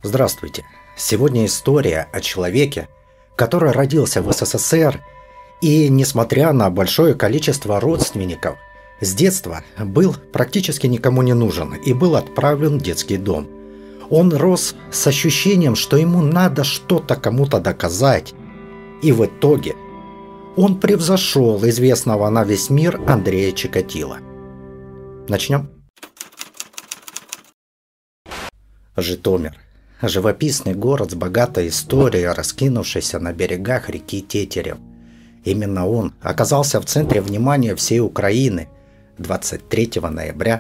Здравствуйте! Сегодня история о человеке, который родился в СССР и, несмотря на большое количество родственников, с детства был практически никому не нужен и был отправлен в детский дом. Он рос с ощущением, что ему надо что-то кому-то доказать, и в итоге он превзошел известного на весь мир Андрея Чикатило. Начнем? Житомир. Живописный город с богатой историей, раскинувшийся на берегах реки Тетерев. Именно он оказался в центре внимания всей Украины 23 ноября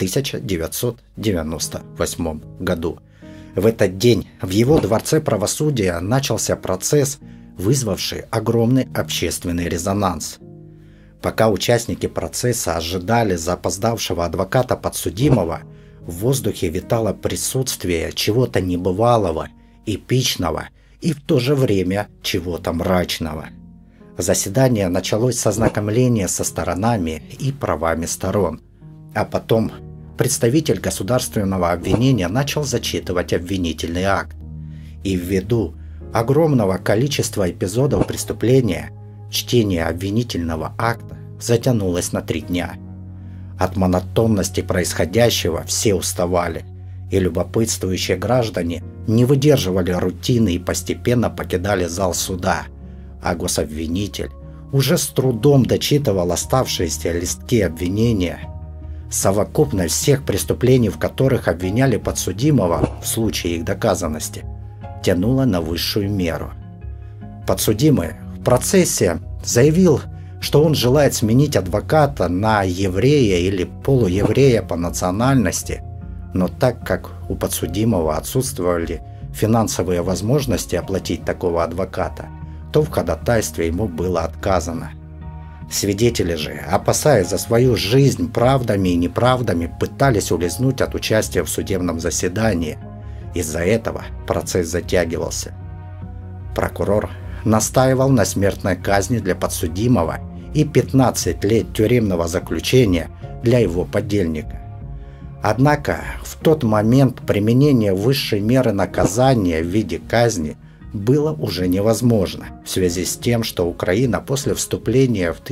1998 году. В этот день в его Дворце правосудия начался процесс, вызвавший огромный общественный резонанс. Пока участники процесса ожидали запоздавшего адвоката подсудимого, в воздухе витало присутствие чего-то небывалого, эпичного и в то же время чего-то мрачного. Заседание началось с ознакомления со сторонами и правами сторон, а потом представитель государственного обвинения начал зачитывать обвинительный акт. И ввиду огромного количества эпизодов преступления, чтение обвинительного акта затянулось на 3 дня. От монотонности происходящего все уставали, и любопытствующие граждане не выдерживали рутины и постепенно покидали зал суда, а гособвинитель уже с трудом дочитывал оставшиеся листки обвинения. Совокупность всех преступлений, в которых обвиняли подсудимого в случае их доказанности, тянула на высшую меру. Подсудимый в процессе заявил, что он желает сменить адвоката на еврея или полуеврея по национальности, но так как у подсудимого отсутствовали финансовые возможности оплатить такого адвоката, то в ходатайстве ему было отказано. Свидетели же, опасаясь за свою жизнь, правдами и неправдами пытались улизнуть от участия в судебном заседании. Из-за этого процесс затягивался. Прокурор настаивал на смертной казни для подсудимого и 15 лет тюремного заключения для его подельника. Однако в тот момент применение высшей меры наказания в виде казни было уже невозможно в связи с тем, что Украина после вступления в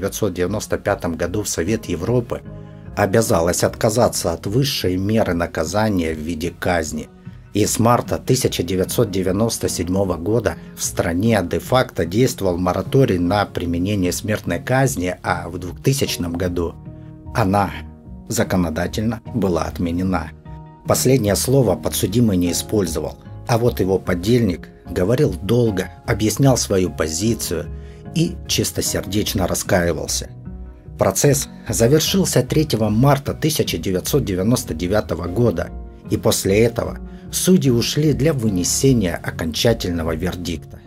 1995 году в Совет Европы обязалась отказаться от высшей меры наказания в виде казни. И с марта 1997 года в стране де-факто действовал мораторий на применение смертной казни, а в 2000 году она законодательно была отменена. Последнее слово подсудимый не использовал, а вот его подельник говорил долго, объяснял свою позицию и чистосердечно раскаивался. Процесс завершился 3 марта 1999 года, и после этого судьи ушли для вынесения окончательного вердикта.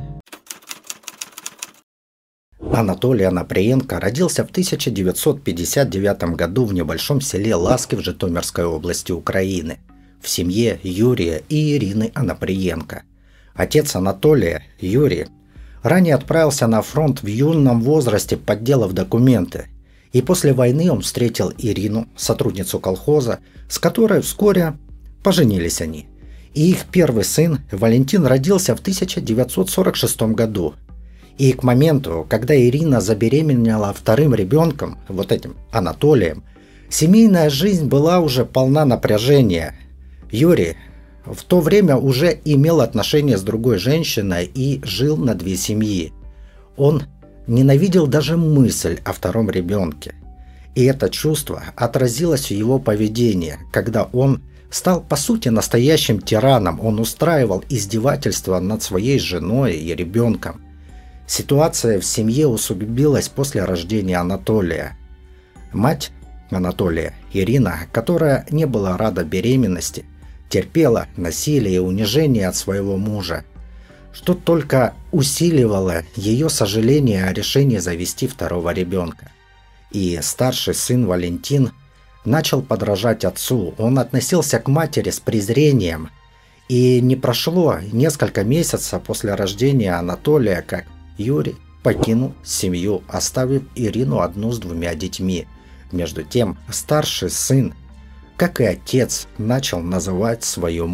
Анатолий Анаприенко родился в 1959 году в небольшом селе Ласки в Житомирской области Украины, в семье Юрия и Ирины Анаприенко. Отец Анатолия, Юрий, ранее отправился на фронт в юном возрасте, подделав документы, и после войны он встретил Ирину, сотрудницу колхоза, с которой вскоре поженились они. И их первый сын Валентин родился в 1946 году. И к моменту, когда Ирина забеременела вторым ребенком, вот этим Анатолием, семейная жизнь была уже полна напряжения. Юрий в то время уже имел отношения с другой женщиной и жил на 2 семьи. Он ненавидел даже мысль о втором ребенке. И это чувство отразилось в его поведении, когда он стал по сути настоящим тираном. Он устраивал издевательства над своей женой и ребенком. Ситуация в семье усугубилась после рождения Анатолия. Мать Анатолия, Ирина, которая не была рада беременности, терпела насилие и унижение от своего мужа, что только усиливало ее сожаление о решении завести второго ребенка. И старший сын Валентин начал подражать отцу. Он относился к матери с презрением. И не прошло несколько месяцев после рождения Анатолия, как Юрий покинул семью, оставив Ирину одну с 2 детьми. Между тем, старший сын, как и отец, начал называть свою мать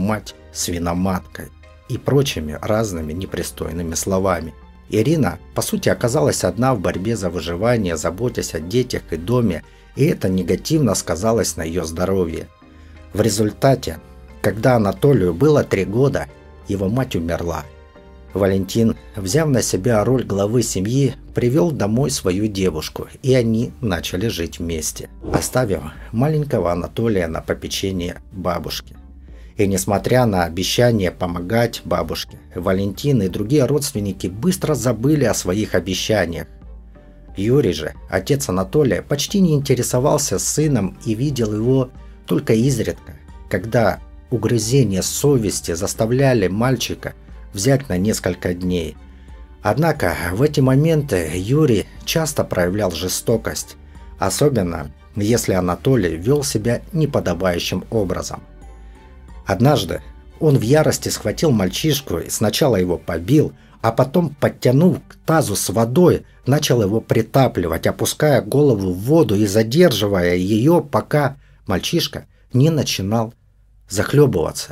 свиноматкой и прочими разными непристойными словами. Ирина, по сути, оказалась одна в борьбе за выживание, заботясь о детях и доме, и это негативно сказалось на ее здоровье. В результате, когда Анатолию было 3 года, его мать умерла. Валентин, взяв на себя роль главы семьи, привел домой свою девушку, и они начали жить вместе, оставив маленького Анатолия на попечение бабушки. И несмотря на обещание помогать бабушке, Валентин и другие родственники быстро забыли о своих обещаниях. Юрий же, отец Анатолия, почти не интересовался сыном и видел его только изредка, когда угрызения совести заставляли мальчика взять на несколько дней. Однако в эти моменты Юрий часто проявлял жестокость, особенно если Анатолий вел себя неподобающим образом. Однажды он в ярости схватил мальчишку и сначала его побил, а потом, подтянув к тазу с водой, начал его притапливать, опуская голову в воду и задерживая ее, пока мальчишка не начинал захлебываться.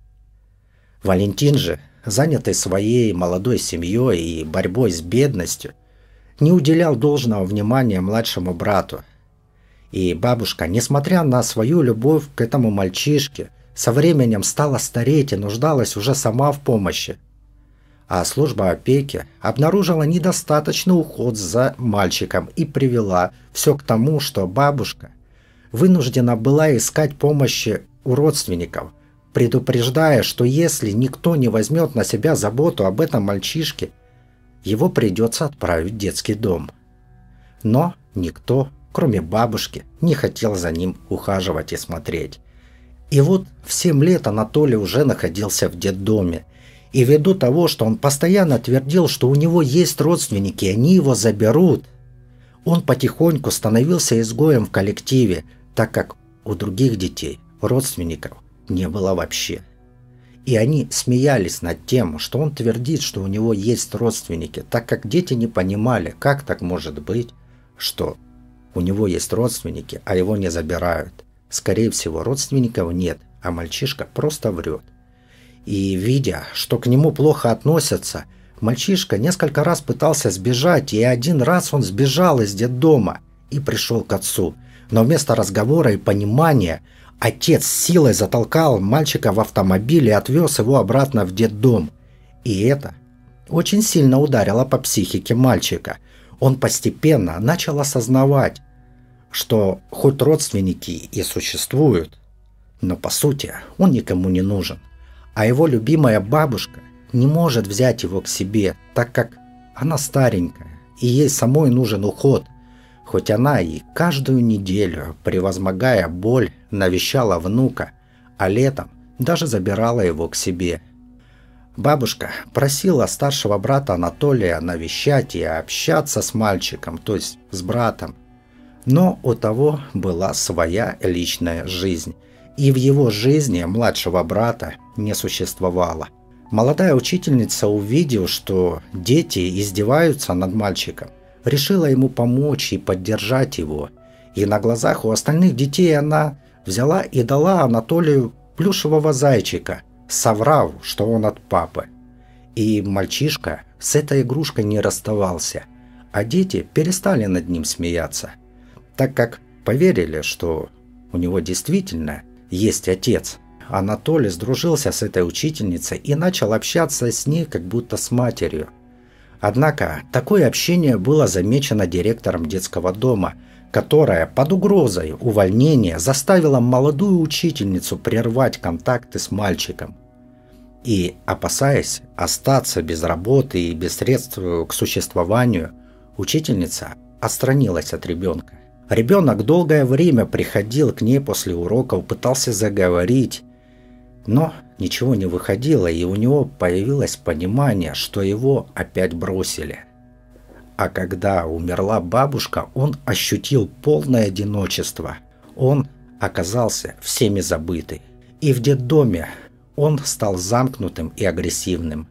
Валентин же, занятый своей молодой семьей и борьбой с бедностью, не уделял должного внимания младшему брату. И бабушка, несмотря на свою любовь к этому мальчишке, со временем стала стареть и нуждалась уже сама в помощи. А служба опеки обнаружила недостаточный уход за мальчиком и привела все к тому, что бабушка вынуждена была искать помощи у родственников, предупреждая, что если никто не возьмет на себя заботу об этом мальчишке, его придется отправить в детский дом. Но никто, кроме бабушки, не хотел за ним ухаживать и смотреть. И вот в 7 лет Анатолий уже находился в детдоме. И ввиду того, что он постоянно твердил, что у него есть родственники, они его заберут, он потихоньку становился изгоем в коллективе, так как у других детей родственников не было вообще. И они смеялись над тем, что он твердит, что у него есть родственники, так как дети не понимали, как так может быть, что у него есть родственники, а его не забирают. Скорее всего, родственников нет, а мальчишка просто врет. И видя, что к нему плохо относятся, мальчишка несколько раз пытался сбежать, и один раз он сбежал из детдома и пришел к отцу. Но вместо разговора и понимания отец силой затолкал мальчика в автомобиль и отвез его обратно в детдом. И это очень сильно ударило по психике мальчика. Он постепенно начал осознавать, что хоть родственники и существуют, но по сути он никому не нужен. А его любимая бабушка не может взять его к себе, так как она старенькая, и ей самой нужен уход. Хоть она и каждую неделю, превозмогая боль, навещала внука, а летом даже забирала его к себе. Бабушка просила старшего брата Анатолия навещать и общаться с мальчиком, то есть с братом. Но у того была своя личная жизнь, и в его жизни младшего брата не существовало. Молодая учительница, увидев, что дети издеваются над мальчиком, решила ему помочь и поддержать его. И на глазах у остальных детей она взяла и дала Анатолию плюшевого зайчика, соврав, что он от папы. И мальчишка с этой игрушкой не расставался, а дети перестали над ним смеяться, так как поверили, что у него действительно есть отец. Анатолий сдружился с этой учительницей и начал общаться с ней как будто с матерью. Однако такое общение было замечено директором детского дома, которая под угрозой увольнения заставила молодую учительницу прервать контакты с мальчиком. И, опасаясь остаться без работы и без средств к существованию, учительница отстранилась от ребенка. Ребенок долгое время приходил к ней после уроков, пытался заговорить, но ничего не выходило, и у него появилось понимание, что его опять бросили. А когда умерла бабушка, он ощутил полное одиночество. Он оказался всеми забытый. И в детдоме он стал замкнутым и агрессивным.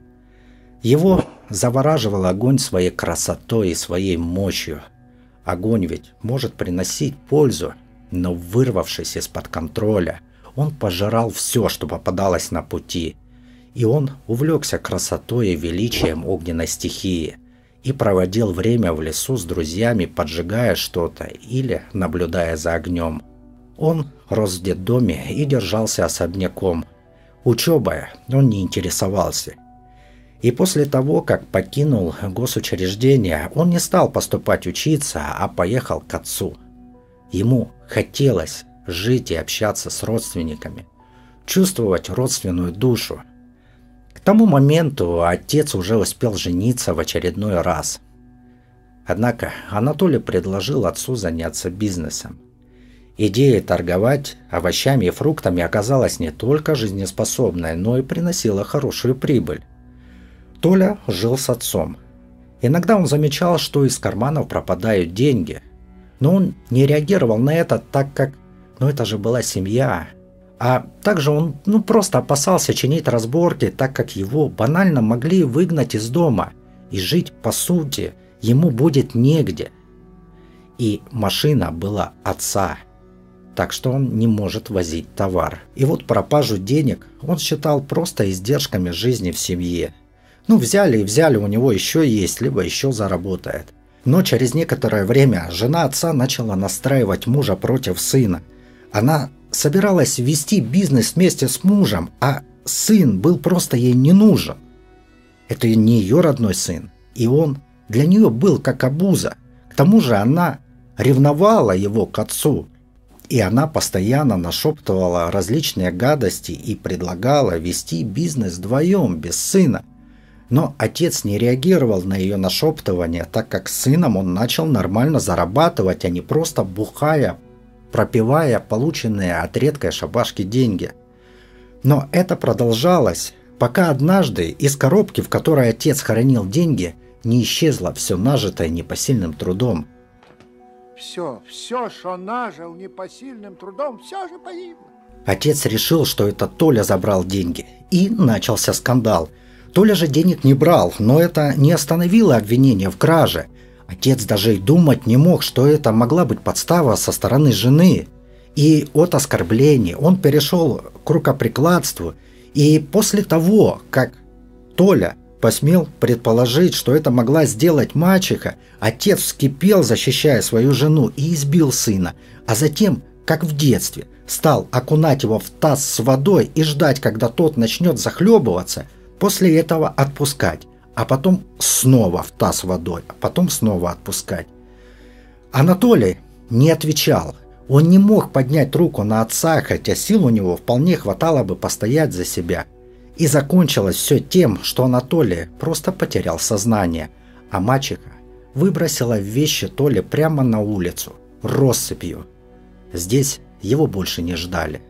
Его завораживал огонь своей красотой и своей мощью. Огонь ведь может приносить пользу, но вырвавшись из-под контроля, он пожирал все, что попадалось на пути. И он увлекся красотой и величием огненной стихии и проводил время в лесу с друзьями, поджигая что-то или наблюдая за огнем. Он рос в детдоме и держался особняком. Учебой он не интересовался. И после того, как покинул госучреждение, он не стал поступать учиться, а поехал к отцу. Ему хотелось жить и общаться с родственниками, чувствовать родственную душу. К тому моменту отец уже успел жениться в очередной раз. Однако Анатолий предложил отцу заняться бизнесом. Идея торговать овощами и фруктами оказалась не только жизнеспособной, но и приносила хорошую прибыль. Толя жил с отцом. Иногда он замечал, что из карманов пропадают деньги, но он не реагировал на это, так как, это же была семья. А также он просто опасался чинить разборки, так как его банально могли выгнать из дома, и жить, по сути, ему будет негде. И машина была отца, так что он не может возить товар. И вот пропажу денег он считал просто издержками жизни в семье. Взяли и взяли, у него еще есть, либо еще заработает. Но через некоторое время жена отца начала настраивать мужа против сына. Она собиралась вести бизнес вместе с мужем, а сын был просто ей не нужен. Это не ее родной сын, и он для нее был как обуза. К тому же она ревновала его к отцу, и она постоянно нашептывала различные гадости и предлагала вести бизнес вдвоем, без сына. Но отец не реагировал на ее нашептывание, так как с сыном он начал нормально зарабатывать, а не просто бухая, пропивая полученные от редкой шабашки деньги. Но это продолжалось, пока однажды из коробки, в которой отец хранил деньги, не исчезло все нажитое непосильным трудом. Все, что нажил непосильным трудом, все же погибло. Отец решил, что это Толя забрал деньги, и начался скандал. Толя же денег не брал, но это не остановило обвинение в краже. Отец даже и думать не мог, что это могла быть подстава со стороны жены. И от оскорблений он перешел к рукоприкладству. И после того, как Толя посмел предположить, что это могла сделать мачеха, отец вскипел, защищая свою жену, и избил сына. А затем, как в детстве, стал окунать его в таз с водой и ждать, когда тот начнет захлебываться, после этого отпускать, а потом снова в таз водой, а потом снова отпускать. Анатолий не отвечал. Он не мог поднять руку на отца, хотя сил у него вполне хватало бы постоять за себя. И закончилось все тем, что Анатолий просто потерял сознание, а мачеха выбросила вещи Толи прямо на улицу, россыпью. Здесь его больше не ждали.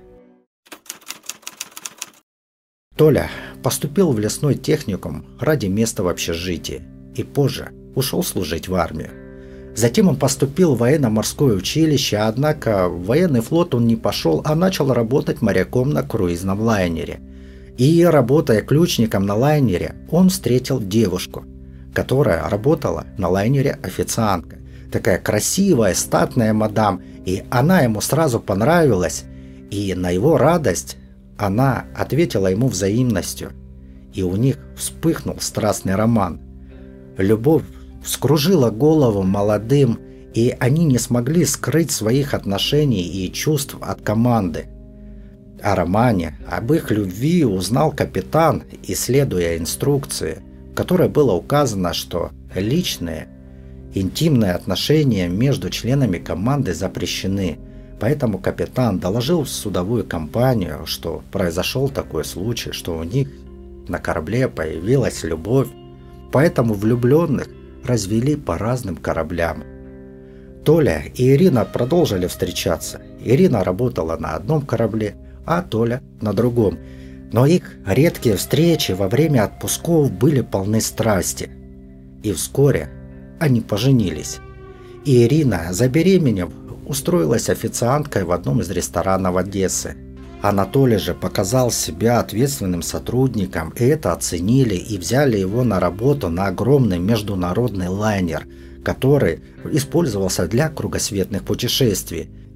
Толя поступил в лесной техникум ради места в общежитии и позже ушел служить в армию. Затем он поступил в военно-морское училище, однако в военный флот он не пошел, а начал работать моряком на круизном лайнере. И, работая ключником на лайнере, он встретил девушку, которая работала на лайнере официанткой. Такая красивая, статная мадам, и она ему сразу понравилась, и на его радость она ответила ему взаимностью, и у них вспыхнул страстный роман. Любовь вскружила голову молодым, и они не смогли скрыть своих отношений и чувств от команды. О романе, об их любви узнал капитан, исследуя инструкции, в которой было указано, что личные, интимные отношения между членами команды запрещены. Поэтому капитан доложил в судовую компанию, что произошел такой случай, что у них на корабле появилась любовь, поэтому влюбленных развели по разным кораблям. Толя и Ирина продолжили встречаться. Ирина работала на одном корабле, а Толя на другом. Но их редкие встречи во время отпусков были полны страсти. И вскоре они поженились. И Ирина, забеременев, устроилась официанткой в одном из ресторанов Одессы. Анатолий же показал себя ответственным сотрудником, и это оценили и взяли его на работу на огромный международный лайнер, который использовался для кругосветных путешествий.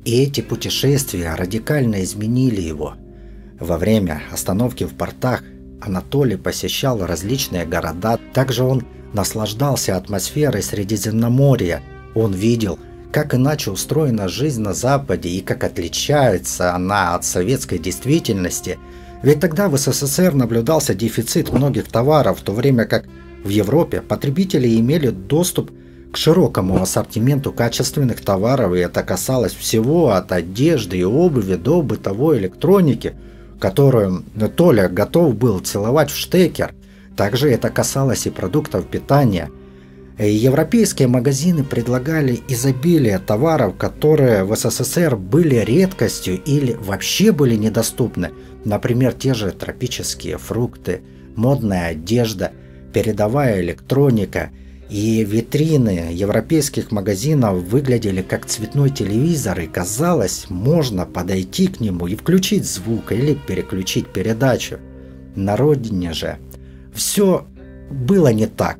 И эти путешествия радикально изменили его. Во время остановки в портах Анатолий посещал различные города. Также он наслаждался атмосферой Средиземноморья. Он видел, как иначе устроена жизнь на Западе и как отличается она от советской действительности. Ведь тогда в СССР наблюдался дефицит многих товаров, в то время как в Европе потребители имели доступ к широкому ассортименту качественных товаров, и это касалось всего от одежды и обуви до бытовой электроники, которую Толя готов был целовать в штекер. Также это касалось и продуктов питания. Европейские магазины предлагали изобилие товаров, которые в СССР были редкостью или вообще были недоступны. Например, те же тропические фрукты, модная одежда, передовая электроника. И витрины европейских магазинов выглядели как цветной телевизор, и казалось, можно подойти к нему и включить звук или переключить передачу. На родине же все было не так.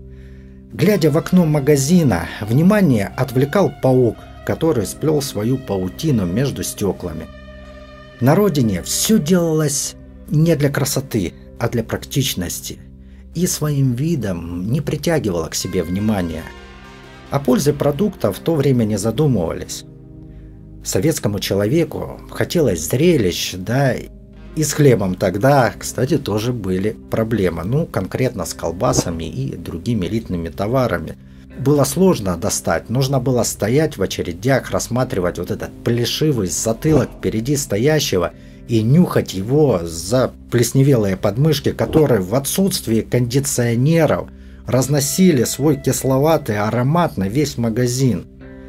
Глядя в окно магазина, внимание отвлекал паук, который сплел свою паутину между стеклами. На родине все делалось не для красоты, а для практичности, и своим видом не притягивало к себе внимания. О пользе продукта в то время не задумывались. Советскому человеку хотелось зрелищ, да, и с хлебом тогда, кстати, тоже были проблемы. Конкретно с колбасами и другими элитными товарами. Было сложно достать, нужно было стоять в очередях, рассматривать вот этот плешивый затылок впереди стоящего и нюхать его за плесневелые подмышки, которые в отсутствии кондиционеров разносили свой кисловатый аромат на весь магазин.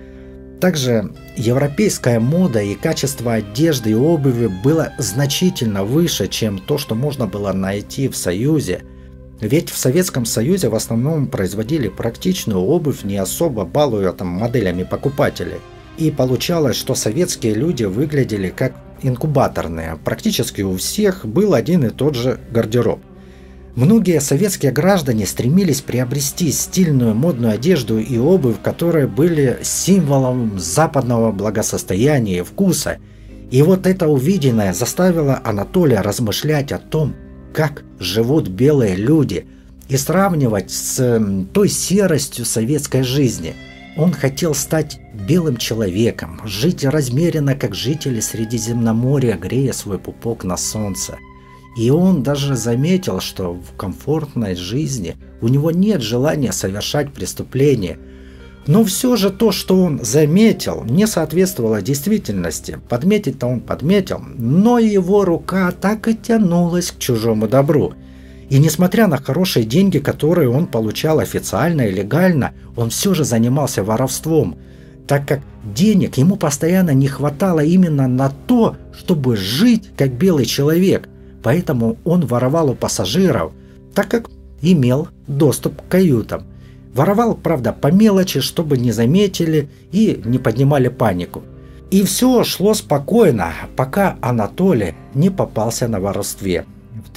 Также европейская мода и качество одежды и обуви было значительно выше, чем то, что можно было найти в Союзе. Ведь в Советском Союзе в основном производили практичную обувь, не особо балуя моделями покупателей. И получалось, что советские люди выглядели как инкубаторные. Практически у всех был один и тот же гардероб. Многие советские граждане стремились приобрести стильную модную одежду и обувь, которые были символом западного благосостояния и вкуса. И вот это увиденное заставило Анатолия размышлять о том, как живут белые люди, и сравнивать с той серостью советской жизни. Он хотел стать белым человеком, жить размеренно, как жители Средиземноморья, грея свой пупок на солнце. И он даже заметил, что в комфортной жизни у него нет желания совершать преступления. Но все же то, что он заметил, не соответствовало действительности. Подметить-то он подметил, но его рука так и тянулась к чужому добру. И несмотря на хорошие деньги, которые он получал официально и легально, он все же занимался воровством, так как денег ему постоянно не хватало именно на то, чтобы жить как белый человек. Поэтому он воровал у пассажиров, так как имел доступ к каютам. Воровал, правда, по мелочи, чтобы не заметили и не поднимали панику. И все шло спокойно, пока Анатолий не попался на воровстве. В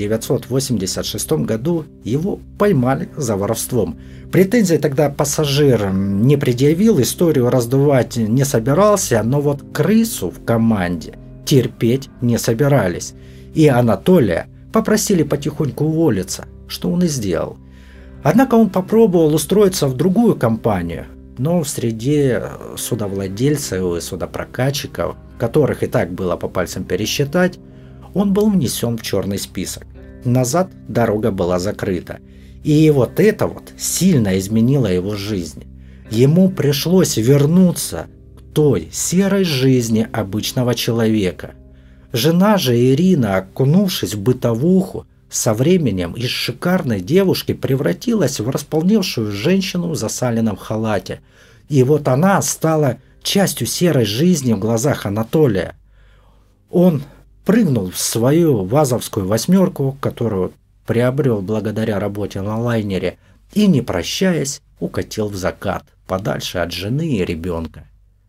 1986 году его поймали за воровством. Претензий тогда пассажир не предъявил, историю раздувать не собирался, но вот крысу в команде терпеть не собирались. И Анатолия попросили потихоньку уволиться, что он и сделал. Однако он попробовал устроиться в другую компанию, но в среде судовладельцев и судопрокатчиков, которых и так было по пальцам пересчитать, он был внесен в черный список. Назад дорога была закрыта. И вот это сильно изменило его жизнь. Ему пришлось вернуться к той серой жизни обычного человека. Жена же Ирина, окунувшись в бытовуху, со временем из шикарной девушки превратилась в располневшую женщину в засаленном халате. И вот она стала частью серой жизни в глазах Анатолия. Он прыгнул в свою ВАЗовскую восьмерку, которую приобрел благодаря работе на лайнере, и, не прощаясь, укатил в закат, подальше от жены и ребенка.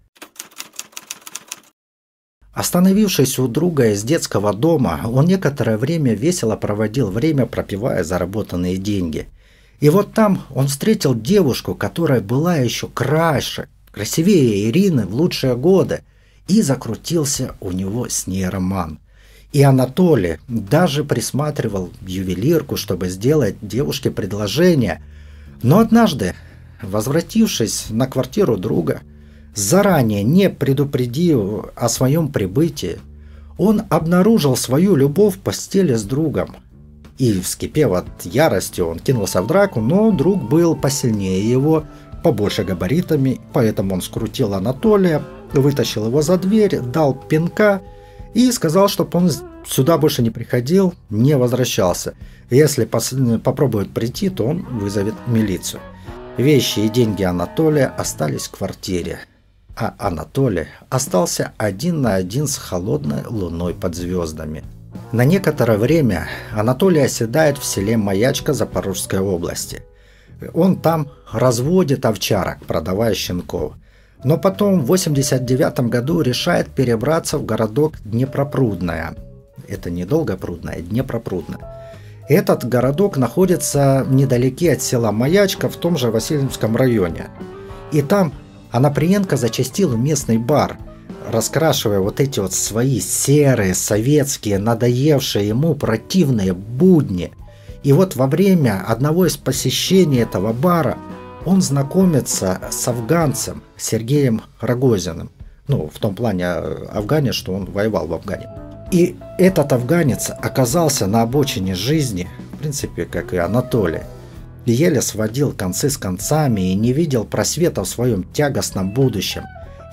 Остановившись у друга из детского дома, он некоторое время весело проводил время, пропивая заработанные деньги. И вот там он встретил девушку, которая была еще краше, красивее Ирины в лучшие годы. и закрутился у него с ней роман. И Анатолий даже присматривал ювелирку, чтобы сделать девушке предложение. Но однажды, возвратившись на квартиру друга, заранее не предупредив о своем прибытии, он обнаружил свою любовь в постели с другом. И, вскипев от ярости, он кинулся в драку, но друг был посильнее его, побольше габаритами, поэтому он скрутил Анатолия, вытащил его за дверь, дал пинка и сказал, чтобы он сюда больше не приходил, не возвращался. Если попробует прийти, то он вызовет милицию. Вещи и деньги Анатолия остались в квартире, а Анатолий остался один на один с холодной луной под звездами. На некоторое время Анатолий оседает в селе Маячка Запорожской области. Он там разводит овчарок, продавая щенков. Но потом в 1989 году решает перебраться в городок Днепропрудное. Это не Долгопрудное, Днепропрудное. Этот городок находится недалеке от села Маячка в том же Васильевском районе. И там Оноприенко зачастил в местный бар, раскрашивая вот эти вот свои серые, советские, надоевшие ему противные будни. И вот во время одного из посещений этого бара он знакомится с афганцем Сергеем Рогозиным. В том плане афганец, что он воевал в Афгане. И этот афганец оказался на обочине жизни, в принципе, как и Анатолий. Еле сводил концы с концами и не видел просвета в своем тягостном будущем.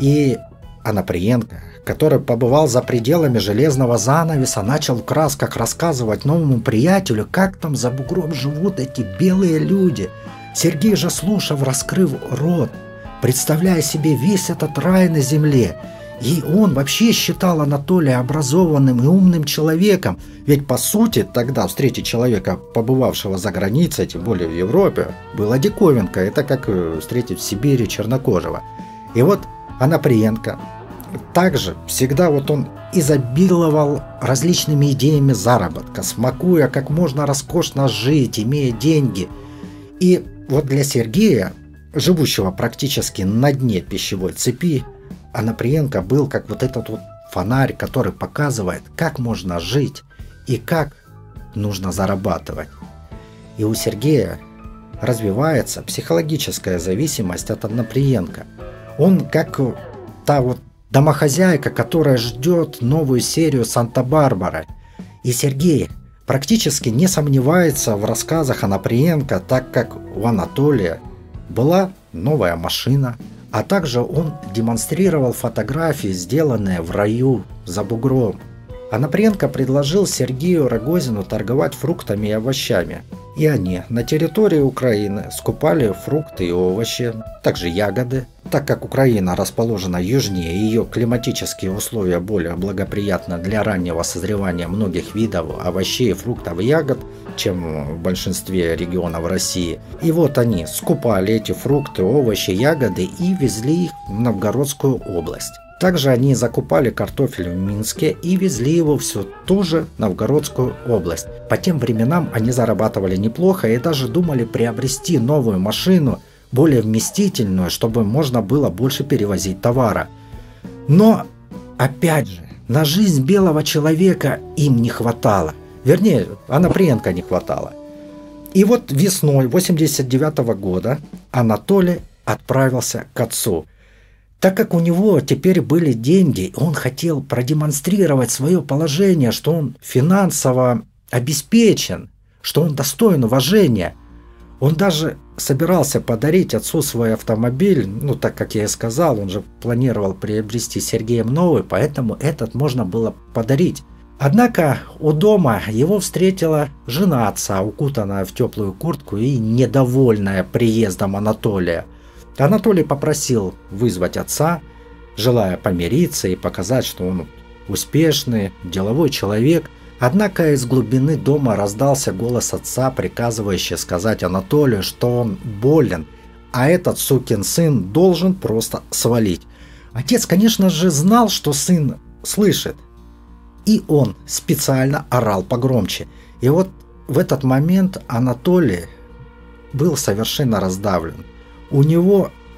И Оноприенко, который побывал за пределами железного занавеса, начал в красках рассказывать новому приятелю, как там за бугром живут эти белые люди. Сергей же слушал, раскрыв рот, представляя себе весь этот рай на земле. И он вообще считал Анатолия образованным и умным человеком. Ведь по сути тогда встретить человека, побывавшего за границей, тем более в Европе, была диковинка. Это как встретить в Сибири чернокожего. И вот Оноприенко также всегда он изобиловал различными идеями заработка, смакуя, как можно роскошно жить, имея деньги. И вот для Сергея, живущего практически на дне пищевой цепи, Оноприенко был как вот этот вот фонарь, который показывает, как можно жить и как нужно зарабатывать. И у Сергея развивается психологическая зависимость от Оноприенко. Он как та вот домохозяйка, которая ждет новую серию «Санта-Барбара». И Сергей практически не сомневается в рассказах Оноприенко, так как у Анатолия была новая машина, а также он демонстрировал фотографии, сделанные в раю за бугром. Оноприенко предложил Сергею Рогозину торговать фруктами и овощами. И они на территории Украины скупали фрукты и овощи, также ягоды. Так как Украина расположена южнее, ее климатические условия более благоприятны для раннего созревания многих видов овощей, фруктов и ягод, чем в большинстве регионов России. И вот они скупали эти фрукты, овощи, ягоды и везли их в Новгородскую область. Также они закупали картофель в Минске и везли его всю ту же Новгородскую область. По тем временам они зарабатывали неплохо и даже думали приобрести новую машину, более вместительную, чтобы можно было больше перевозить товара. Но, опять же, на жизнь белого человека им не хватало. Вернее, Оноприенко не хватало. И вот весной 1989 года Анатолий отправился к отцу. Так как у него теперь были деньги, он хотел продемонстрировать свое положение, что он финансово обеспечен, что он достоин уважения. Он даже собирался подарить отцу свой автомобиль, так как я и сказал, он же планировал приобрести Сергеем новый, поэтому этот можно было подарить. Однако у дома его встретила жена отца, укутанная в теплую куртку и недовольная приездом Анатолия. Анатолий попросил вызвать отца, желая помириться и показать, что он успешный, деловой человек. Однако из глубины дома раздался голос отца, приказывающий сказать Анатолию, что он болен, а этот сукин сын должен просто свалить. Отец, конечно же, знал, что сын слышит, и он специально орал погромче. И вот в этот момент Анатолий был совершенно раздавлен. У него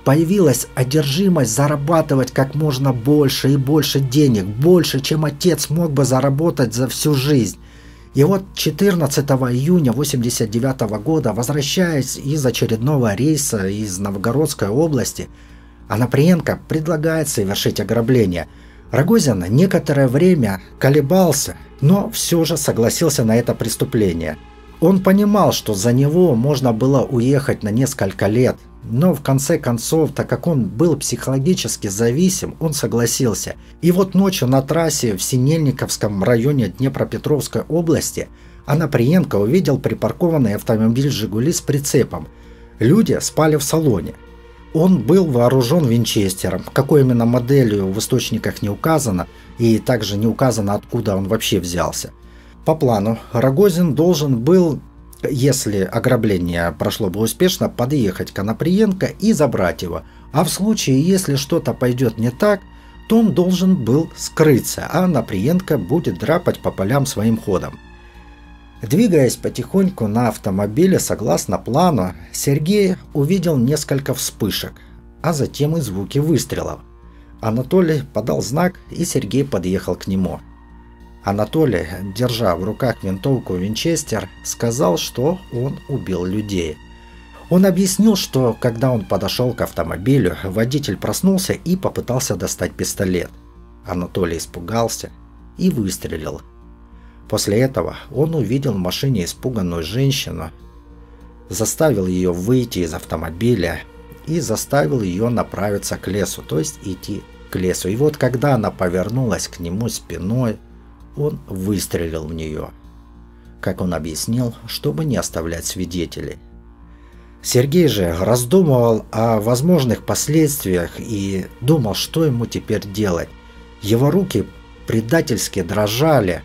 появилась одержимость зарабатывать как можно больше и больше денег, больше, чем отец мог бы заработать за всю жизнь. И вот 14 июня 1989 года, возвращаясь из очередного рейса из Новгородской области, Оноприенко предлагает совершить ограбление. Рогозин некоторое время колебался, но все же согласился на это преступление. Он понимал, что за него можно было уехать на несколько лет, но в конце концов, так как он был психологически зависим, он согласился. И вот ночью на трассе в Синельниковском районе Днепропетровской области Оноприенко увидел припаркованный автомобиль «Жигули» с прицепом. Люди спали в салоне. Он был вооружен винчестером. Какой именно моделью в источниках не указано, и также не указано, откуда он вообще взялся. По плану, Рогозин должен был, если ограбление прошло бы успешно, подъехать к Оноприенко и забрать его. А в случае, если что-то пойдет не так, то он должен был скрыться, а Оноприенко будет драпать по полям своим ходом. Двигаясь потихоньку на автомобиле согласно плану, Сергей увидел несколько вспышек, а затем и звуки выстрелов. Анатолий подал знак, и Сергей подъехал к нему. Анатолий, держа в руках винтовку Винчестер, сказал, что он убил людей. Он объяснил, что когда он подошел к автомобилю, водитель проснулся и попытался достать пистолет. Анатолий испугался и выстрелил. После этого он увидел в машине испуганную женщину, заставил ее выйти из автомобиля и заставил ее направиться к лесу, то есть идти к лесу. И вот когда она повернулась к нему спиной, он выстрелил в нее, как он объяснил, чтобы не оставлять свидетелей. Сергей же раздумывал о возможных последствиях и думал, что ему теперь делать. Его руки предательски дрожали,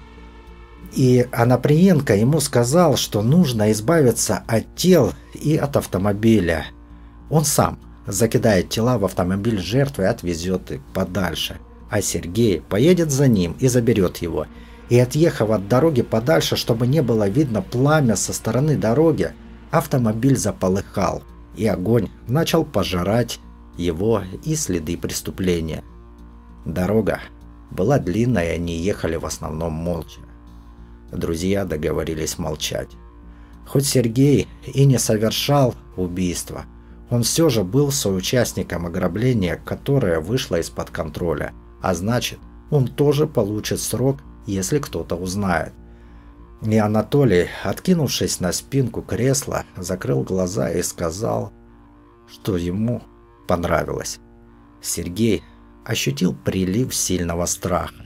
и Оноприенко ему сказал, что нужно избавиться от тел и от автомобиля. Он сам закидает тела в автомобиль жертвы и отвезет их подальше, а Сергей поедет за ним и заберет его. И отъехав от дороги подальше, чтобы не было видно пламя со стороны дороги, автомобиль заполыхал, и огонь начал пожирать его и следы преступления. Дорога была длинная, и они ехали в основном молча. Друзья договорились молчать. Хоть Сергей и не совершал убийства, он все же был соучастником ограбления, которое вышло из-под контроля, а значит, он тоже получит срок, если кто-то узнает. И Анатолий, откинувшись на спинку кресла, закрыл глаза и сказал, что ему понравилось. Сергей ощутил прилив сильного страха.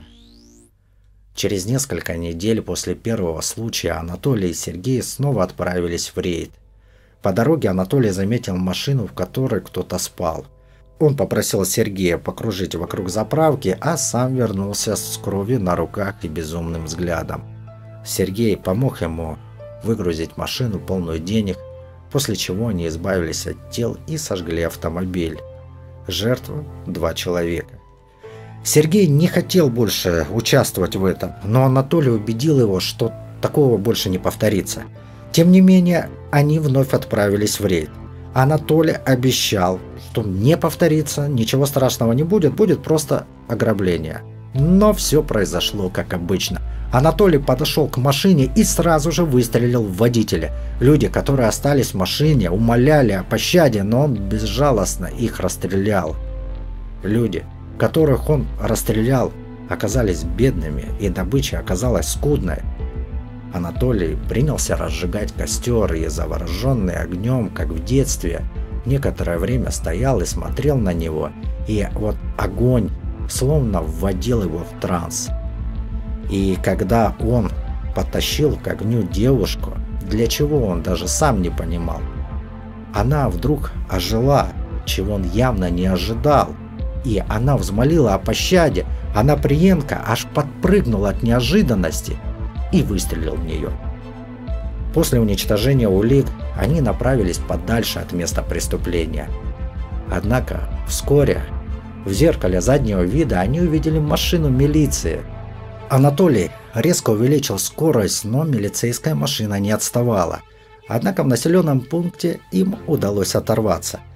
Через несколько недель после первого случая Анатолий и Сергей снова отправились в рейд. По дороге Анатолий заметил машину, в которой кто-то спал. Он попросил Сергея покружить вокруг заправки, а сам вернулся с кровью на руках и безумным взглядом. Сергей помог ему выгрузить машину, полную денег, после чего они избавились от тел и сожгли автомобиль. Жертва – 2 человека. Сергей не хотел больше участвовать в этом, но Анатолий убедил его, что такого больше не повторится. Тем не менее, они вновь отправились в рейд. Анатолий обещал, что не повторится, ничего страшного не будет, будет просто ограбление. Но все произошло как обычно. Анатолий подошел к машине и сразу же выстрелил в водителя. Люди, которые остались в машине, умоляли о пощаде, но он безжалостно их расстрелял. Люди, которых он расстрелял, оказались бедными, и добыча оказалась скудной. Анатолий принялся разжигать костер и, завороженный огнем, как в детстве, некоторое время стоял и смотрел на него, и вот огонь словно вводил его в транс. И когда он потащил к огню девушку, для чего он даже сам не понимал, она вдруг ожила, чего он явно не ожидал, и она взмолила о пощаде. Оноприенко аж подпрыгнул от неожиданности и выстрелил в нее. После уничтожения улик они направились подальше от места преступления. Однако вскоре в зеркале заднего вида они увидели машину милиции. Анатолий резко увеличил скорость, но милицейская машина не отставала. Однако в населенном пункте им удалось оторваться.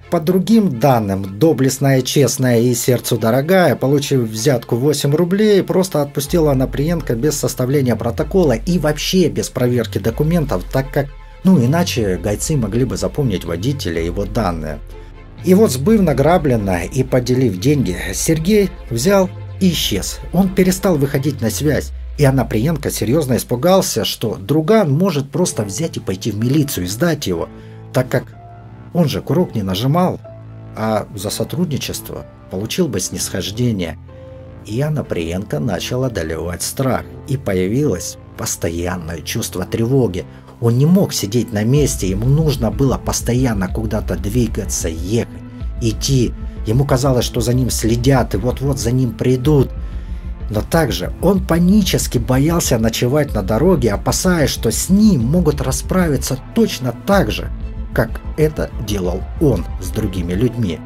по другим данным, доблестная, честная и сердцу дорогая, получив взятку 8 рублей, просто отпустила Оноприенко без составления протокола и вообще без проверки документов, так как, иначе гайцы могли бы запомнить водителя и его данные. И вот, сбыв награбленное и поделив деньги, Сергей взял и исчез. Он перестал выходить на связь, и Оноприенко серьезно испугался, что друган может просто взять и пойти в милицию и сдать его, так как он же курок не нажимал, а за сотрудничество получил бы снисхождение. И Оноприенко начал одолевать страх, и появилось постоянное чувство тревоги. Он не мог сидеть на месте, ему нужно было постоянно куда-то двигаться, ехать, идти. Ему казалось, что за ним следят и вот-вот за ним придут. Но также он панически боялся ночевать на дороге, опасаясь, что с ним могут расправиться точно так же, как это делал он с другими людьми.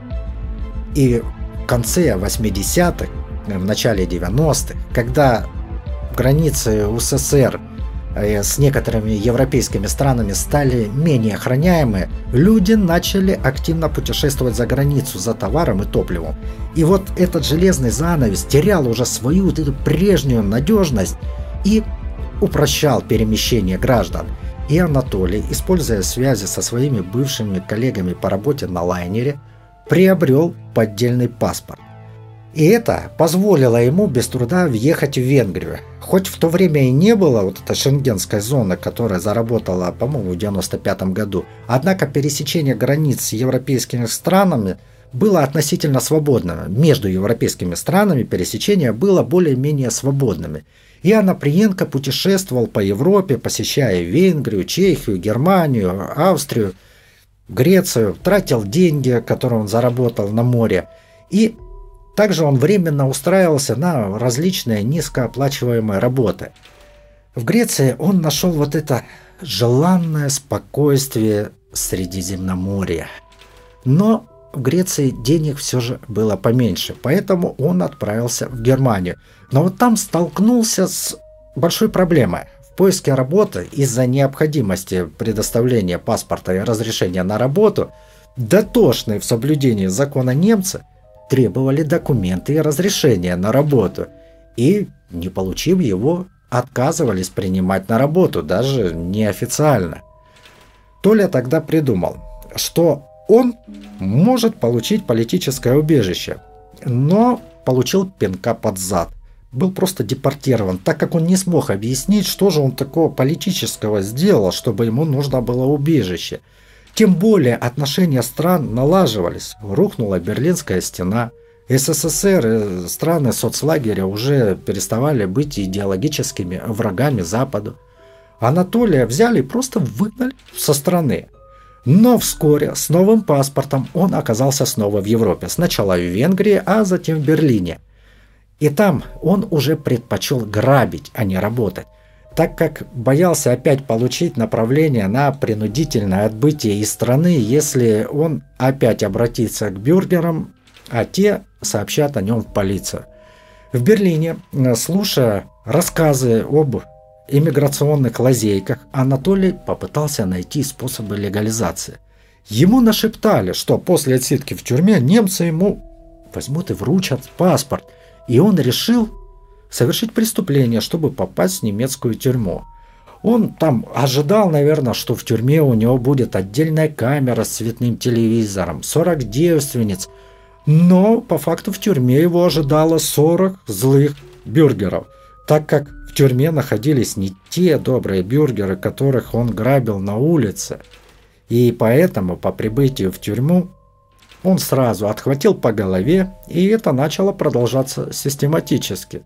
И в конце 80-х, в начале 90-х, когда границы УССР с некоторыми европейскими странами стали менее охраняемы, люди начали активно путешествовать за границу за товаром и топливом. И вот этот железный занавес терял уже свою вот эту прежнюю надежность и упрощал перемещение граждан. И Анатолий, используя связи со своими бывшими коллегами по работе на лайнере, приобрел поддельный паспорт. И это позволило ему без труда въехать в Венгрию. Хоть в то время и не было вот этой шенгенской зоны, которая заработала, по-моему, в 1995 году, однако пересечение границ с европейскими странами было относительно свободным. Между европейскими странами пересечение было более-менее свободными. И Оноприенко путешествовал по Европе, посещая Венгрию, Чехию, Германию, Австрию, Грецию, тратил деньги, которые он заработал на море. И также он временно устраивался на различные низкооплачиваемые работы. В Греции он нашел вот это желанное спокойствие Средиземноморья. Но в Греции денег все же было поменьше, поэтому он отправился в Германию. Но вот там столкнулся с большой проблемой. В поиске работы из-за необходимости предоставления паспорта и разрешения на работу дотошные в соблюдении закона немцы требовали документы и разрешения на работу. И, не получив его, отказывались принимать на работу, даже неофициально. Толя тогда придумал, что он может получить политическое убежище, но получил пинка под зад. Был просто депортирован, так как он не смог объяснить, что же он такого политического сделал, чтобы ему нужно было убежище. Тем более отношения стран налаживались, рухнула Берлинская стена, СССР и страны соцлагеря уже переставали быть идеологическими врагами Западу. Анатолия взяли и просто выгнали со страны. Но вскоре с новым паспортом он оказался снова в Европе, сначала в Венгрии, а затем в Берлине. И там он уже предпочел грабить, а не работать, так как боялся опять получить направление на принудительное отбытие из страны, если он опять обратится к бюргерам, а те сообщат о нем в полицию. В Берлине, слушая рассказы об иммиграционных лазейках, Анатолий попытался найти способы легализации. Ему нашептали, что после отсидки в тюрьме немцы ему возьмут и вручат паспорт, и он решил совершить преступление, чтобы попасть в немецкую тюрьму. Он там ожидал, наверное, что в тюрьме у него будет отдельная камера с цветным телевизором, 40 девственниц, но по факту в тюрьме его ожидало 40 злых бюргеров, так как в тюрьме находились не те добрые бюргеры, которых он грабил на улице. И поэтому по прибытию в тюрьму он сразу отхватил по голове, и это начало продолжаться систематически.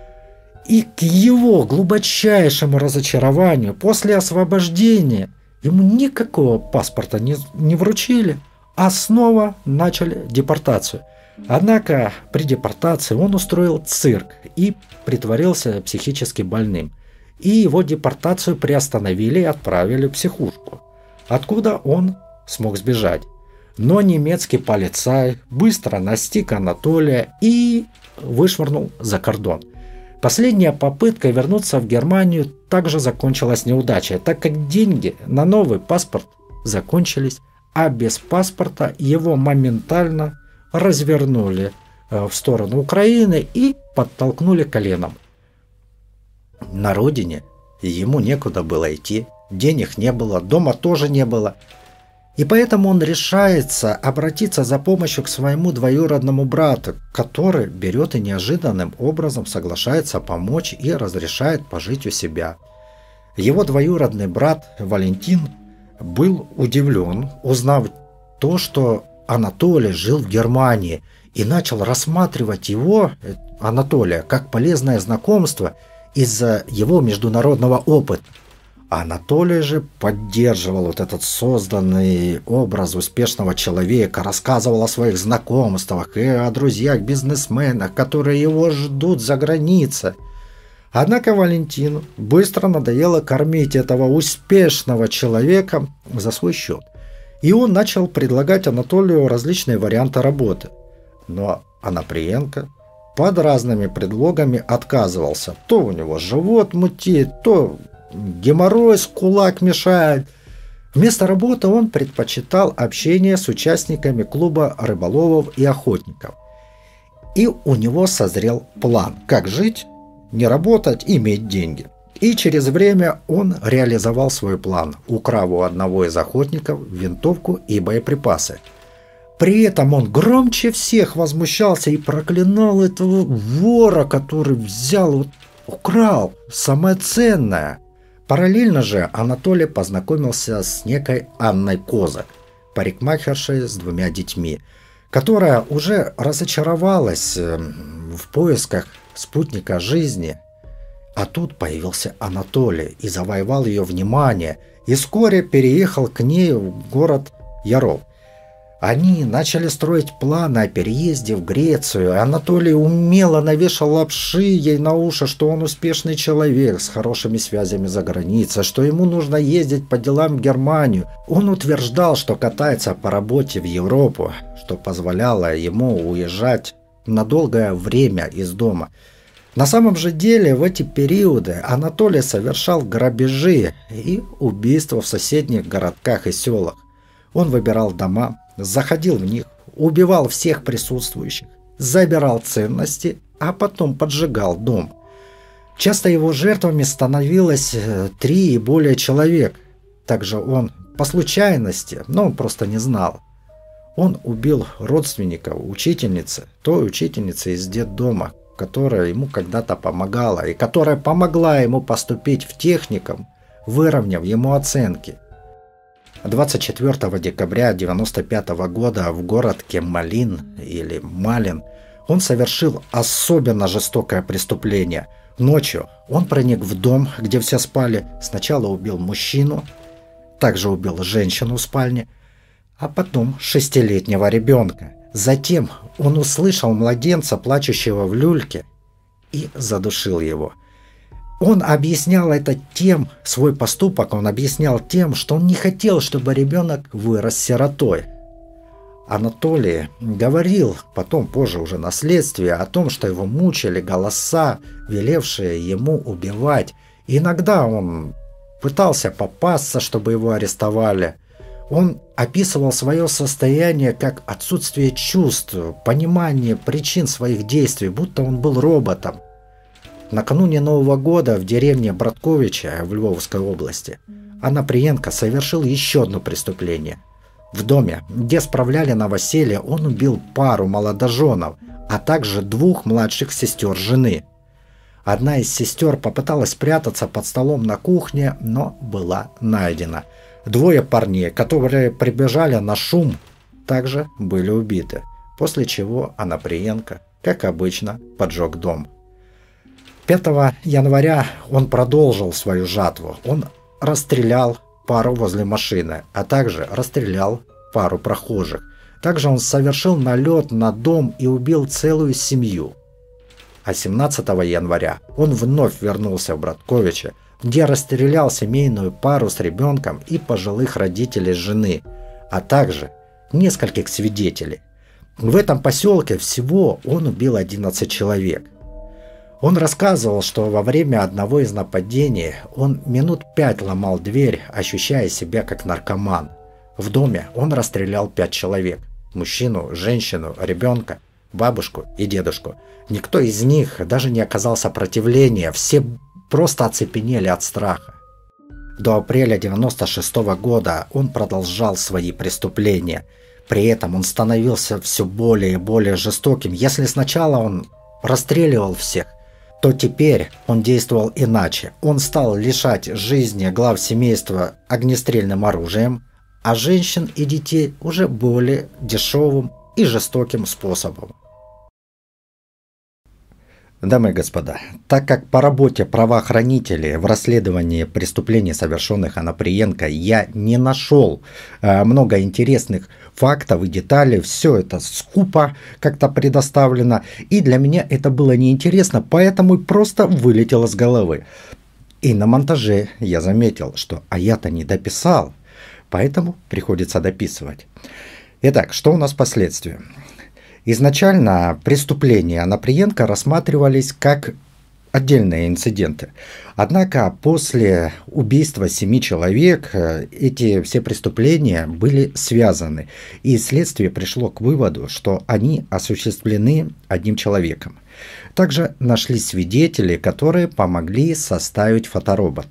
И к его глубочайшему разочарованию после освобождения ему никакого паспорта не вручили, а снова начали депортацию. Однако при депортации он устроил цирк и притворился психически больным. И его депортацию приостановили и отправили в психушку, откуда он смог сбежать. Но немецкий полицай быстро настиг Анатолия и вышвырнул за кордон. Последняя попытка вернуться в Германию также закончилась неудачей, так как деньги на новый паспорт закончились, а без паспорта его моментально развернули в сторону Украины и подтолкнули коленом. На родине ему некуда было идти, денег не было, дома тоже не было. И поэтому он решается обратиться за помощью к своему двоюродному брату, который берет и неожиданным образом соглашается помочь и разрешает пожить у себя. Его двоюродный брат Валентин был удивлен, узнав то, что Анатолий жил в Германии, и начал рассматривать его, Анатолия, как полезное знакомство из-за его международного опыта. Анатолий же поддерживал вот этот созданный образ успешного человека, рассказывал о своих знакомствах и о друзьях-бизнесменах, которые его ждут за границей. Однако Валентину быстро надоело кормить этого успешного человека за свой счет, и он начал предлагать Анатолию различные варианты работы. Но Оноприенко под разными предлогами отказывался. То у него живот мутит, то геморрой с кулак мешает. Вместо работы он предпочитал общение с участниками клуба рыболовов и охотников. И у него созрел план, как жить, не работать, иметь деньги. И через время он реализовал свой план, украв у одного из охотников винтовку и боеприпасы. При этом он громче всех возмущался и проклинал этого вора, который взял, украл самое ценное. Параллельно же Анатолий познакомился с некой Анной Козак, парикмахершей с 2 детьми, которая уже разочаровалась в поисках спутника жизни. А тут появился Анатолий и завоевал ее внимание, и вскоре переехал к ней в город Яров. Они начали строить планы о переезде в Грецию. Анатолий умело навешал лапши ей на уши, что он успешный человек с хорошими связями за границей, что ему нужно ездить по делам в Германию. Он утверждал, что катается по работе в Европу, что позволяло ему уезжать на долгое время из дома. На самом же деле в эти периоды Анатолий совершал грабежи и убийства в соседних городках и селах. Он выбирал дома, заходил в них, убивал всех присутствующих, забирал ценности, а потом поджигал дом. Часто его жертвами становилось 3 и более человек. Также он по случайности, но он просто не знал. Он убил родственников учительницы, той учительницы из детдома, которая ему когда-то помогала и которая помогла ему поступить в техникум, выровняв ему оценки. 24 декабря 1995 года в городке Малин или Малин он совершил особенно жестокое преступление. Ночью он проник в дом, где все спали. Сначала убил мужчину, также убил женщину в спальне, а потом 6-летнего ребенка. Затем он услышал младенца, плачущего в люльке, и задушил его. Он объяснял это тем, свой поступок он объяснял тем, что он не хотел, чтобы ребенок вырос сиротой. Анатолий говорил потом, позже уже на следствии, о том, что его мучили голоса, велевшие ему убивать. И иногда он пытался попасться, чтобы его арестовали. Он описывал свое состояние как отсутствие чувств, понимание причин своих действий, будто он был роботом. Накануне Нового года в деревне Братковича в Львовской области Оноприенко совершил еще одно преступление. В доме, где справляли новоселье, он убил пару молодоженов, а также 2 младших сестер жены. Одна из сестер попыталась спрятаться под столом на кухне, но была найдена. 2 парней, которые прибежали на шум, также были убиты, после чего Оноприенко, как обычно, поджег дом. 5 января он продолжил свою жатву. Он расстрелял пару возле машины, а также расстрелял пару прохожих. Также он совершил налет на дом и убил целую семью. А 17 января он вновь вернулся в Братковичи, где расстрелял семейную пару с ребенком и пожилых родителей жены, а также нескольких свидетелей. В этом поселке всего он убил 11 человек. Он рассказывал, что во время одного из нападений он минут 5 ломал дверь, ощущая себя как наркоман. В доме он расстрелял 5 человек. Мужчину, женщину, ребенка, бабушку и дедушку. Никто из них даже не оказал сопротивления, все просто оцепенели от страха. До апреля 1996 года он продолжал свои преступления. При этом он становился все более и более жестоким. Если сначала он расстреливал всех, то теперь он действовал иначе. Он стал лишать жизни глав семейства огнестрельным оружием, а женщин и детей уже более дешевым и жестоким способом. Дамы и господа, так как по работе правоохранителей в расследовании преступлений, совершенных Оноприенко, я не нашел много интересных фактов и деталей, все это скупо как-то предоставлено, и для меня это было неинтересно, поэтому просто вылетело с головы. И на монтаже я заметил, что я-то не дописал, поэтому приходится дописывать. Итак, что у нас впоследствии? Изначально преступления Оноприенко рассматривались как отдельные инциденты. Однако после убийства 7 человек эти все преступления были связаны, и следствие пришло к выводу, что они осуществлены одним человеком. Также нашлись свидетели, которые помогли составить фоторобот.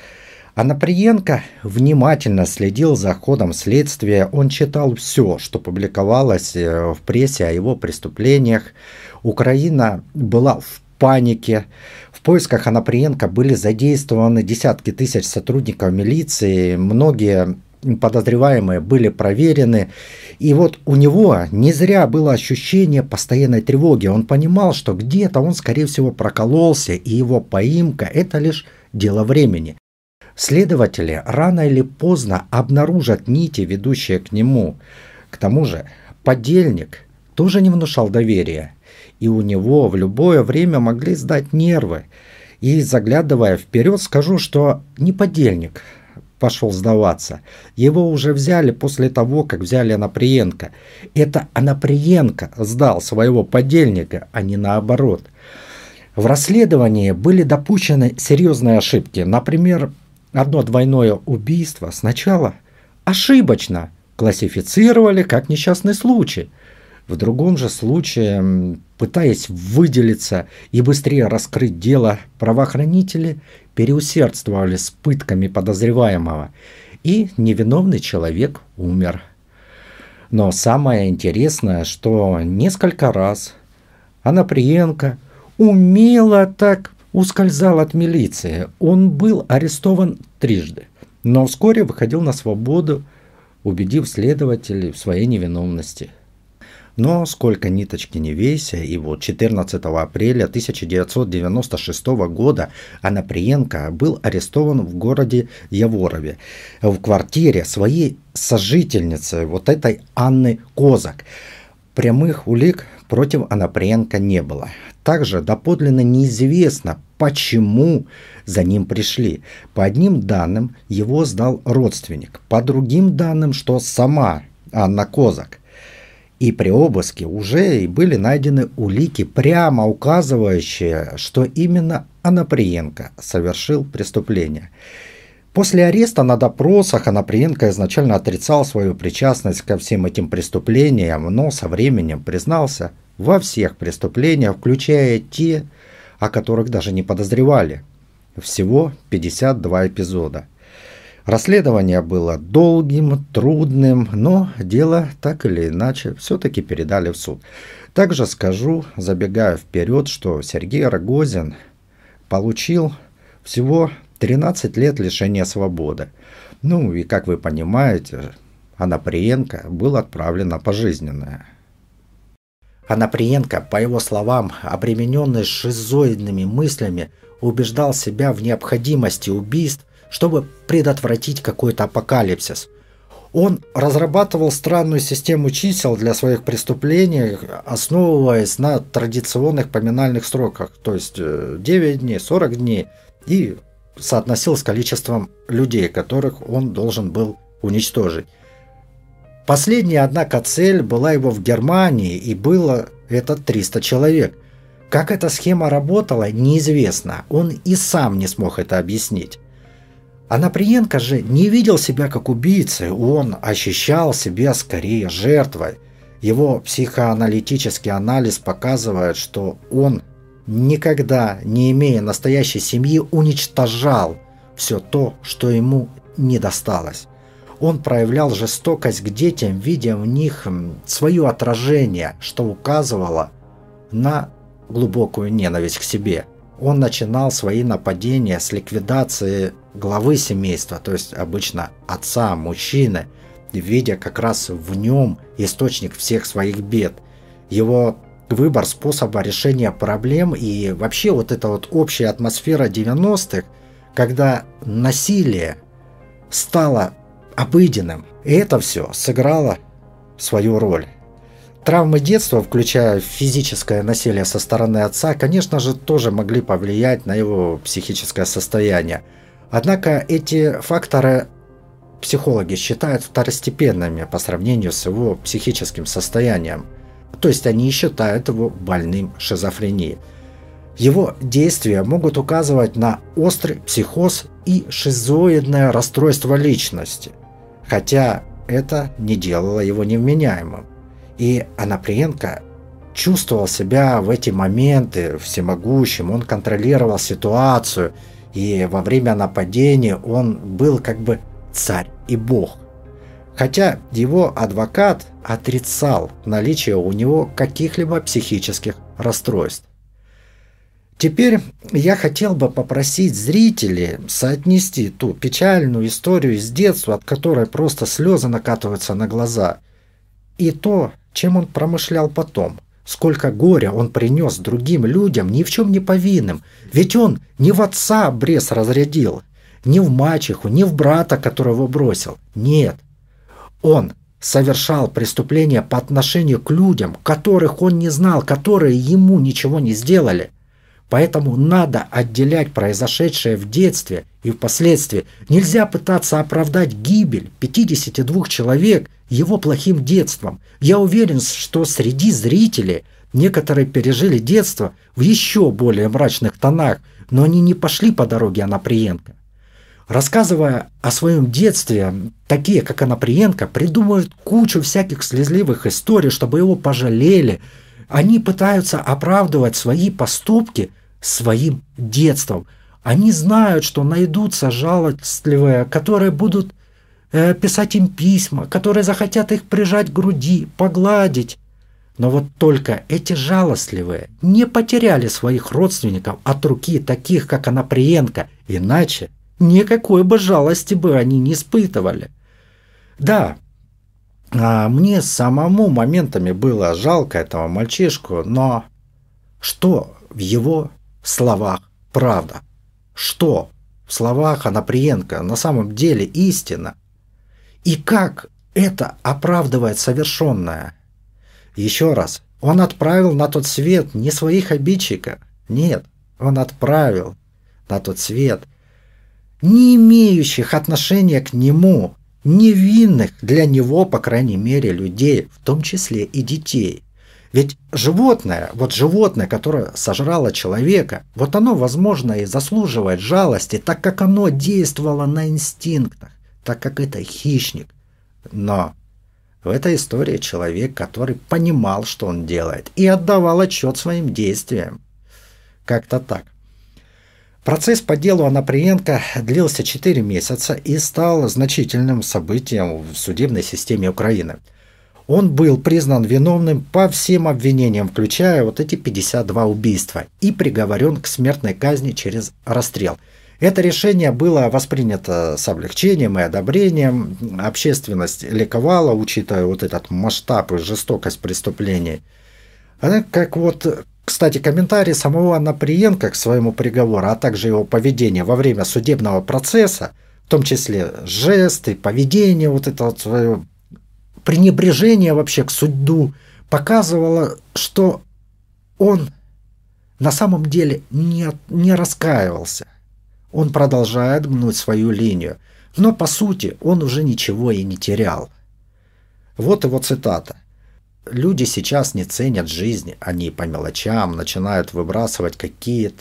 Оноприенко внимательно следил за ходом следствия, он читал все, что публиковалось в прессе о его преступлениях. Украина была в панике. В поисках Оноприенко были задействованы десятки тысяч сотрудников милиции, многие подозреваемые были проверены. И вот у него не зря было ощущение постоянной тревоги. Он понимал, что где-то он, скорее всего, прокололся, и его поимка – это лишь дело времени. Следователи рано или поздно обнаружат нити, ведущие к нему. К тому же подельник тоже не внушал доверия, и у него в любое время могли сдать нервы. И заглядывая вперед, скажу, что не подельник пошел сдаваться. Его уже взяли после того, как взяли Оноприенко. Это Оноприенко сдал своего подельника, а не наоборот. В расследовании были допущены серьезные ошибки. Например, одно двойное убийство сначала ошибочно классифицировали как несчастный случай. В другом же случае, пытаясь выделиться и быстрее раскрыть дело, правоохранители переусердствовали с пытками подозреваемого, и невиновный человек умер. Но самое интересное, что несколько раз Оноприенко умело так ускользал от милиции. Он был арестован трижды, но вскоре выходил на свободу, убедив следователей в своей невиновности. Но сколько ниточки не вейся, и вот 14 апреля 1996 года Оноприенко был арестован в городе Яворове в квартире своей сожительницы, вот этой Анны Козак. Прямых улик против Оноприенко не было. Также доподлинно неизвестно, почему за ним пришли. По одним данным, его сдал родственник, по другим данным, что сама Анна Козак. И при обыске уже и были найдены улики, прямо указывающие, что именно Оноприенко совершил преступление. После ареста на допросах Оноприенко изначально отрицал свою причастность ко всем этим преступлениям, но со временем признался во всех преступлениях, включая те, о которых даже не подозревали. Всего 52 эпизода. Расследование было долгим, трудным, но дело так или иначе все-таки передали в суд. Также скажу, забегая вперед, что Сергей Рогозин получил всего 13 лет лишения свободы. Ну и, как вы понимаете, Оноприенко был отправлен на пожизненное. Оноприенко, по его словам, обремененный шизоидными мыслями, убеждал себя в необходимости убийств, чтобы предотвратить какой-то апокалипсис. Он разрабатывал странную систему чисел для своих преступлений, основываясь на традиционных поминальных сроках, то есть 9 дней, 40 дней, и соотносил с количеством людей, которых он должен был уничтожить. Последняя, однако, цель была его в Германии, и было это 300 человек. Как эта схема работала, неизвестно. Он и сам не смог это объяснить. Оноприенко же не видел себя как убийцей, он ощущал себя скорее жертвой. Его психоаналитический анализ показывает, что он никогда, не имея настоящей семьи, уничтожал все то, что ему не досталось. Он проявлял жестокость к детям, видя в них свое отражение, что указывало на глубокую ненависть к себе. Он начинал свои нападения с ликвидации главы семейства, то есть обычно отца, мужчины, видя как раз в нем источник всех своих бед. Его выбор способа решения проблем и вообще вот эта вот общая атмосфера 90-х, когда насилие стало обыденным, и это все сыграло свою роль. Травмы детства, включая физическое насилие со стороны отца, конечно же, тоже могли повлиять на его психическое состояние. Однако эти факторы психологи считают второстепенными по сравнению с его психическим состоянием. То есть они считают его больным шизофренией. Его действия могут указывать на острый психоз и шизоидное расстройство личности, хотя это не делало его невменяемым. И Оноприенко чувствовал себя в эти моменты всемогущим, он контролировал ситуацию, и во время нападения он был как бы царь и бог. Хотя его адвокат отрицал наличие у него каких-либо психических расстройств. Теперь я хотел бы попросить зрителей соотнести ту печальную историю из детства, от которой просто слезы накатываются на глаза, и то, чем он промышлял потом. Сколько горя он принес другим людям, ни в чем не повинным. Ведь он не в отца обрез разрядил, не в мачеху, не в брата, которого бросил. Нет. Он совершал преступления по отношению к людям, которых он не знал, которые ему ничего не сделали. Поэтому надо отделять произошедшее в детстве и впоследствии. Нельзя пытаться оправдать гибель 52 человек его плохим детством. Я уверен, что среди зрителей некоторые пережили детство в еще более мрачных тонах, но они не пошли по дороге Оноприенко. Рассказывая о своем детстве, такие, как Оноприенко, придумывают кучу всяких слезливых историй, чтобы его пожалели. Они пытаются оправдывать свои поступки своим детством. Они знают, что найдутся жалостливые, которые будут писать им письма, которые захотят их прижать к груди, погладить. Но вот только эти жалостливые не потеряли своих родственников от руки таких, как Оноприенко, иначе никакой бы жалости бы они не испытывали. Да, мне самому моментами было жалко этого мальчишку, но что в его словах правда? Что в словах Оноприенко на самом деле истина? И как это оправдывает совершенное? Еще раз, он отправил на тот свет не своих обидчиков. Нет, он отправил на тот свет не имеющих отношения к нему, невинных для него, по крайней мере, людей, в том числе и детей. Ведь животное, которое сожрало человека, вот оно, возможно, и заслуживает жалости, так как оно действовало на инстинктах, так как это хищник. Но в этой истории человек, который понимал, что он делает, и отдавал отчет своим действиям. Как-то так. Процесс по делу Оноприенко длился 4 месяца и стал значительным событием в судебной системе Украины. Он был признан виновным по всем обвинениям, включая вот эти 52 убийства, и приговорен к смертной казни через расстрел. Это решение было воспринято с облегчением и одобрением. Общественность ликовала, учитывая вот этот масштаб и жестокость преступлений. Как вот, кстати, комментарий самого Оноприенко к своему приговору, а также его поведение во время судебного процесса, в том числе жесты, поведение, вот это вот свое пренебрежение вообще к суду, показывало, что он на самом деле не раскаивался. Он продолжает гнуть свою линию, но по сути он уже ничего и не терял. Вот его цитата. «Люди сейчас не ценят жизни, они по мелочам начинают выбрасывать какие-то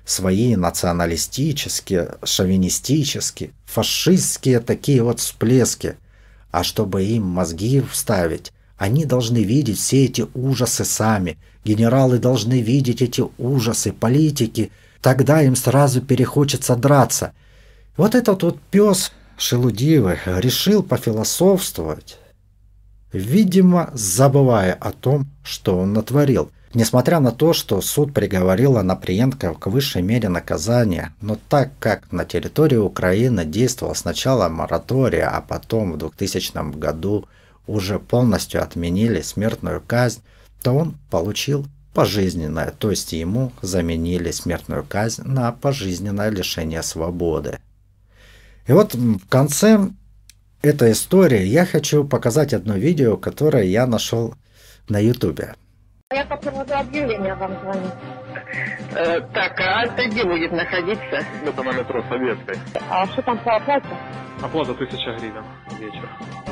свои националистические, шовинистические, фашистские такие вот всплески. А чтобы им мозги вставить, они должны видеть все эти ужасы сами. Генералы должны видеть эти ужасы, политики. Тогда им сразу перехочется драться. Вот этот вот пес шелудивый решил пофилософствовать, видимо, забывая о том, что он натворил. Несмотря на то, что суд приговорил Оноприенко к высшей мере наказания, но так как на территории Украины действовал сначала мораторий, а потом в 2000 году уже полностью отменили смертную казнь, то он получил пожизненное, то есть ему заменили смертную казнь на пожизненное лишение свободы. И вот в конце этой истории я хочу показать одно видео, которое я нашел на ютубе. Я по поводу объявления вам звоню. Так, а это где будет находиться? Это на метро Советской. А что там по оплате? Оплата 1000 гривен вечер.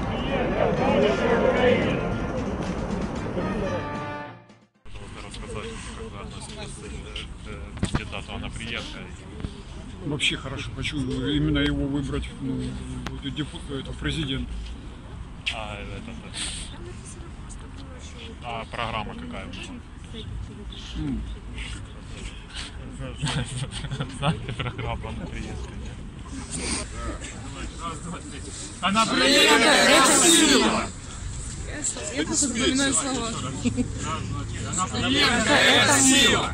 Рассказать, как вы относитесь к кандидату Оноприенко? Вообще хорошо. Хочу именно его выбрать в президент. А программа какая была? Знаете программу Оноприенко? Оноприенко — это сила! Я просто запоминаю слова. Оноприенко — это сила!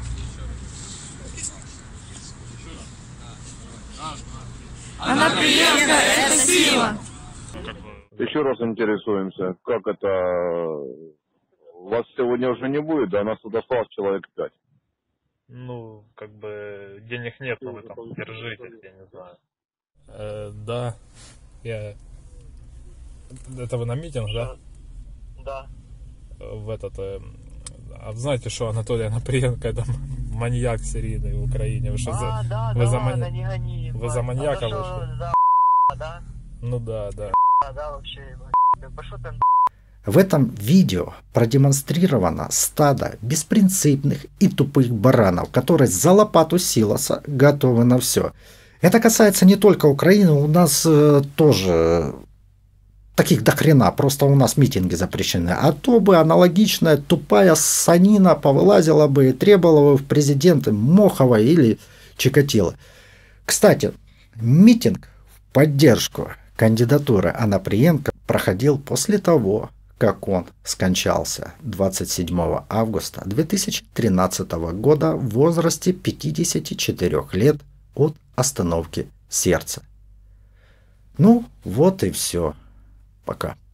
Оноприенко — это сила! Еще раз интересуемся, как это... Вас сегодня уже не будет, да? Нас тут осталось человек 5. Ну, как бы денег нет, но вы там держитесь, я не знаю. Да, я... Это вы на митинг, да? Да. В этот... А знаете, что Анатолий Оноприенко — это маньяк серийный в Украине? Вы что, вы за маньяка вышли? Да? Ну да. Да, вообще, пошел там. В этом видео продемонстрировано стадо беспринципных и тупых баранов, которые за лопату Силоса готовы на все. Это касается не только Украины, у нас тоже таких дохрена, просто у нас митинги запрещены. А то бы аналогичная тупая санина повылазила бы и требовала бы в президенты Мохова или Чикатило. Кстати, митинг в поддержку кандидатуры Оноприенко проходил после того, как он скончался 27 августа 2013 года в возрасте 54 лет от остановки сердца. Ну, вот и все. Пока.